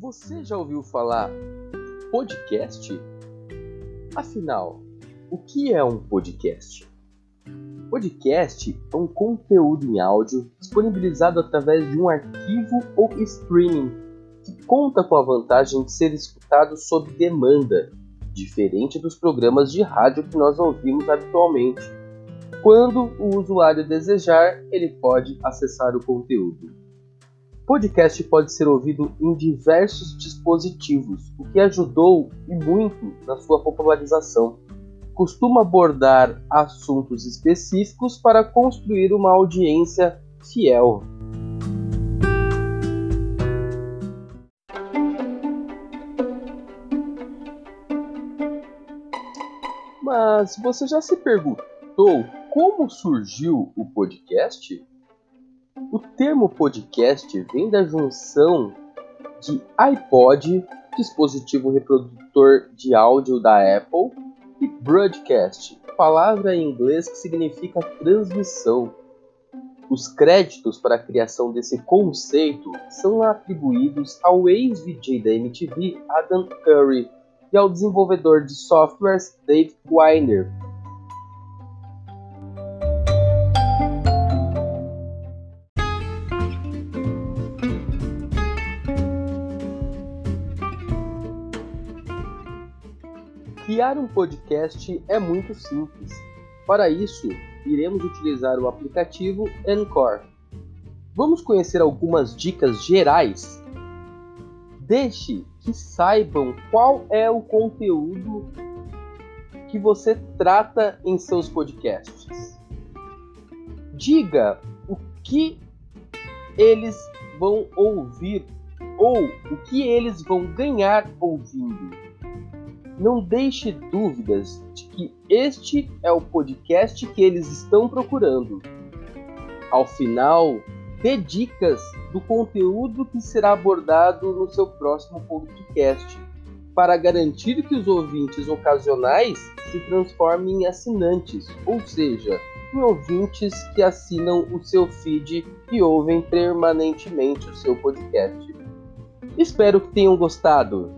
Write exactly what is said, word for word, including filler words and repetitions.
Você já ouviu falar podcast? Afinal, o que é um podcast? Podcast é um conteúdo em áudio disponibilizado através de um arquivo ou streaming que conta com a vantagem de ser escutado sob demanda, diferente dos programas de rádio que nós ouvimos habitualmente. Quando o usuário desejar, ele pode acessar o conteúdo. Podcast pode ser ouvido em diversos dispositivos, o que ajudou e muito na sua popularização. Costuma abordar assuntos específicos para construir uma audiência fiel. Mas você já se perguntou como surgiu o podcast? O termo podcast vem da junção de iPod, dispositivo reprodutor de áudio da Apple, e broadcast, palavra em inglês que significa transmissão. Os créditos para a criação desse conceito são atribuídos ao ex-V J da M T V, Adam Curry, e ao desenvolvedor de softwares Dave Winer. Criar um podcast é muito simples. Para isso, iremos utilizar o aplicativo Anchor. Vamos conhecer algumas dicas gerais? Deixe que saibam qual é o conteúdo que você trata em seus podcasts. Diga o que eles vão ouvir ou o que eles vão ganhar ouvindo. Não deixe dúvidas de que este é o podcast que eles estão procurando. Ao final, dê dicas do conteúdo que será abordado no seu próximo podcast, para garantir que os ouvintes ocasionais se transformem em assinantes, ou seja, em ouvintes que assinam o seu feed e ouvem permanentemente o seu podcast. Espero que tenham gostado.